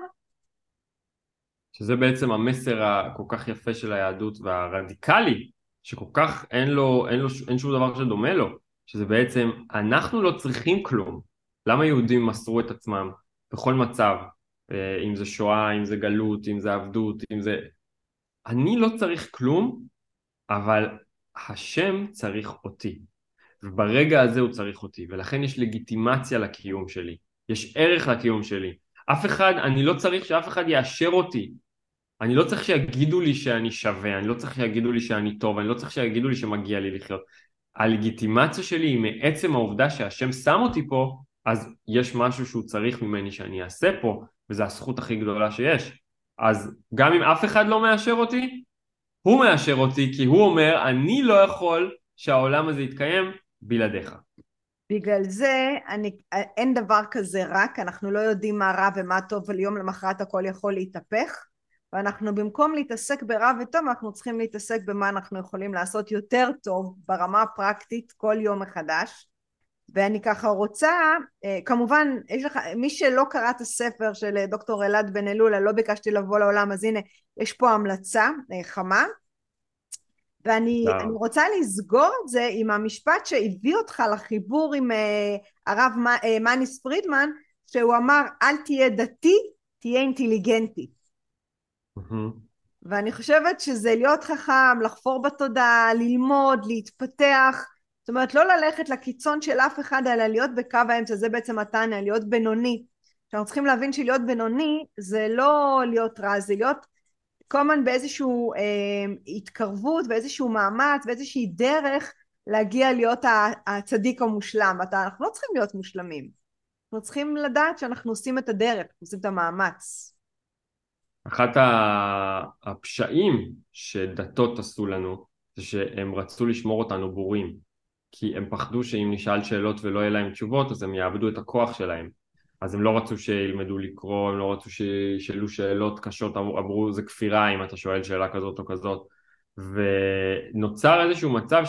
שזה בעצם המסר הכל כך יפה של היהדות והרדיקלי, שכל כך אין לו, אין לו, אין שום דבר שדומה לו, שזה בעצם, אנחנו לא צריכים כלום. למה יהודים מסרו את עצמם בכל מצב, אם זה שואה, אם זה גלות, אם זה עבדות, אם זה... אני לא צריך כלום, אבל השם צריך אותי. וברגע הזה הוא צריך אותי, ולכן יש לגיטימציה לקיום שלי, יש ערך לקיום שלי. אף אחד, אני לא צריך שאף אחד יאשר אותי, אני לא צריך שיגידו לי שאני שווה, אני לא צריך שיגידו לי שאני טוב, אני לא צריך שיגידו לי שמגיע לי לחיות. הלגיטימציה שלי היא מעצם העובדה שהשם שם אותי פה, אז יש משהו שהוא צריך ממני שאני אעשה פה, וזו הזכות הכי גדולה שיש. אז גם אם אף אחד לא מאשר אותי, הוא מאשר אותי, כי הוא אומר, אני לא יכול שהעולם הזה יתקיים בלעדיך. בגלל זה אני, אין דבר כזה רק, אנחנו לא יודעים מה רע ומה טוב, וליום למחרת הכל יכול להתהפך, ואנחנו במקום להתעסק ברע וטוב, אנחנו צריכים להתעסק במה אנחנו יכולים לעשות יותר טוב ברמה הפרקטית כל יום מחדש. ואני ככה רוצה, כמובן, יש לך, מי שלא קרא את הספר של דוקטור אלעד בן אלול, לא ביקשתי לבוא לעולם, אז הנה, יש פה המלצה חמה, ואני אני רוצה לסגור את זה עם המשפט שהביא אותך לחיבור עם הרב מניס פרידמן, שהוא אמר, אל תהיה דתי, תהיה אינטליגנטי. ואני חושבת שזה להיות חכם, לחפור בתודעה, ללמוד, להתפתח, זאת אומרת לא ללכת לקיצון של אף אחד, אלא להיות בקו האמצע, זה בעצם התניא, להיות בינוני. אנחנו צריכים להבין שלהיות בינוני זה לא להיות רע, זה להיות כל הזמן באיזשהו אה, התקרבות ואיזשהו מאמץ ואיזושהי דרך להגיע להיות הצדיק המושלם. אנחנו לא צריכים להיות מושלמים, אנחנו צריכים לדעת שאנחנו עושים את הדרך, עושים את המאמץ. אחת הפשעים שדתות עשו לנו זה שהם רצו לשמור אותנו בורים, כי הם פחדו שאם נשאל שאלות ולא יהיה להם תשובות אז הם יאבדו את הכוח שלהם, אז הם לא רצו שילמדו לקרוא, הם לא רצו שישאלו שאלות קשות, אמרו זה כפירה אם אתה שואל שאלה כזאת או כזאת, ונוצר איזשהו מצב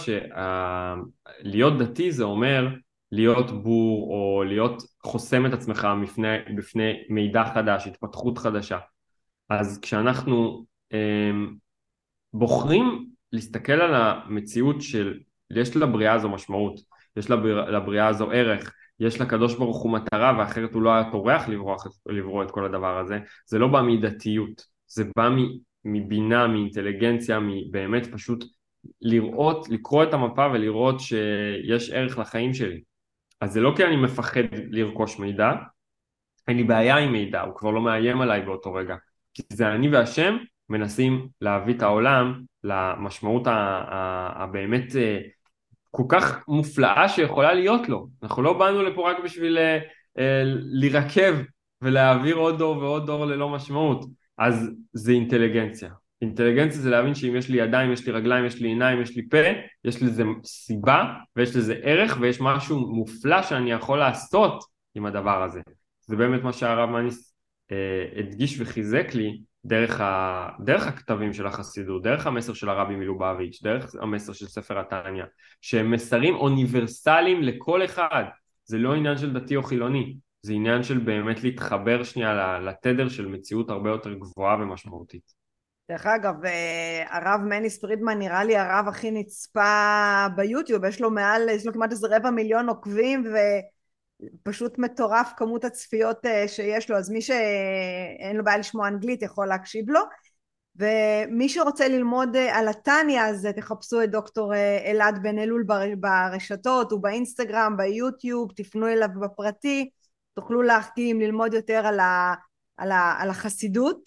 שלהיות דתי זה אומר להיות בור או להיות חוסם את עצמך בפני, בפני מידע חדש, התפתחות חדשה. אז כשאנחנו אמ, בוחרים להסתכל על המציאות של, יש לבריאה הזו משמעות, יש לבריאה הזו ערך, יש לקדוש ברוך הוא מטרה, ואחרת הוא לא היה טורח לברוח, לברוא את כל הדבר הזה, זה לא בא מידתיות, זה בא מבינה, מאינטליגנציה, באמת פשוט לראות, לקרוא את המפה ולראות שיש ערך לחיים שלי. אז זה לא כי אני מפחד לרכוש מידע, אין לי בעיה עם מידע, הוא כבר לא מאיים עליי באותו רגע, כי זה אני והשם מנסים להביא את העולם למשמעות הבאמת כל כך מופלאה שיכולה להיות לו. אנחנו לא באנו לפה רק בשביל לרכב ולהעביר עוד דור ועוד דור ללא משמעות. אז זה אינטליגנציה. אינטליגנציה זה להבין שאם יש לי ידיים, יש לי רגליים, יש לי עיניים, יש לי פה, יש לזה סיבה ויש לזה ערך ויש משהו מופלא שאני יכול לעשות עם הדבר הזה. זה באמת מה שהרב מניס אה, הדגיש וחיזק לי דרך, ה, דרך הכתבים של החסידות, דרך המסר של הרבי מלובביץ', דרך המסר של ספר התניא, שהם מסרים אוניברסליים לכל אחד. זה לא עניין של דתי או חילוני, זה עניין של באמת להתחבר שנייה לתדר של מציאות הרבה יותר גבוהה ומשמעותית. דרך אגב, הרב מניס פרידמן נראה לי הרב הכי נצפה ביוטיוב, יש לו מעל, יש לו כמעט איזה רבע מיליון עוקבים ו... פשוט מטורף כמות הצפיות שיש לו, אז מי שאין לו בעיה לשמוע אנגלית יכול להקשיב לו, ומי שרוצה ללמוד על התניא אז תחפשו את דוקטור אלעד בן אלול ברשתות ובאינסטגרם, ביוטיוב, תפנו אליו בפרטי, תוכלו להחכים, ללמוד יותר על, ה, על, ה, על החסידות.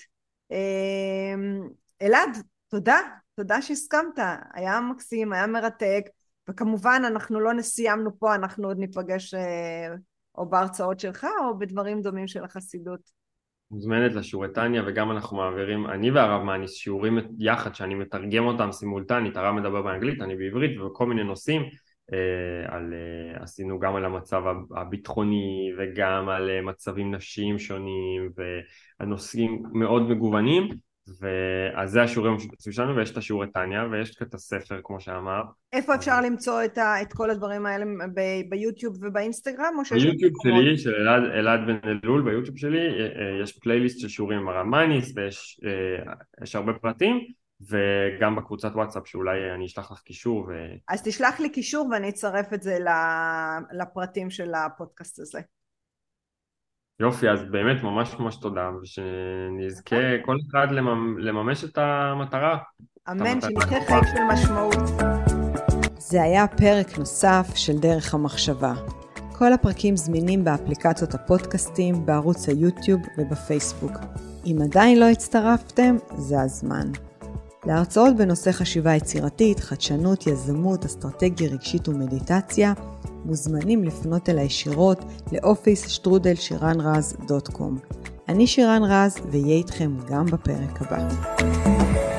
אלעד, תודה, תודה שהסכמת, היה מקסים, היה מרתק, וכמובן אנחנו לא נסיימנו פה, אנחנו עוד ניפגש או בהרצאות שלך או בדברים דומים של החסידות. מוזמנת לשיעורי תניא, וגם אנחנו מעבירים, אני והרב מניס, שיעורים יחד שאני מתרגם אותם סימולטנית, הרב מדבר באנגלית, אני בעברית, וכל מיני נושאים, אה, על, אה, עשינו גם על המצב הביטחוני וגם על מצבים נשיים שונים, והנושאים מאוד מגוונים, ואז זה השיעורים המשותפים שלנו, ויש את השיעורי תניא, ויש את הספר כמו שאמר. איפה אפשר למצוא את, ה, את כל הדברים האלה ב, ביוטיוב ובאינסטגרם? או שיש ביוטיוב שלי, של אלעד, אלעד בן אלול, ביוטיוב שלי, יש פלייליסט של שיעורים עם הרב מניס, ויש יש הרבה פרטים, וגם בקבוצת וואטסאפ שאולי אני אשלח לך קישור. ו... אז תשלח לי קישור ואני אצרף את זה לפרטים של הפודקאסט הזה. יופי, אז באמת ממש ממש תודה, ושנזכה כל אחד לממש את המטרה. אמן, שנזכה חיים של משמעות. זה היה פרק נוסף של דרך המחשבה. כל הפרקים זמינים באפליקציות הפודקאסטים, בערוץ היוטיוב ובפייסבוק. אם עדיין לא הצטרפתם, זה הזמן. להרצאות בנושא חשיבה יצירתית, חדשנות, יזמות, אסטרטגיה רגשית ומדיטציה, מוזמנים לפנות אל הישירות לאופיס שטרודל שירן רז דוט קום. אני שירן רז, ויהיה איתכם גם בפרק הבא.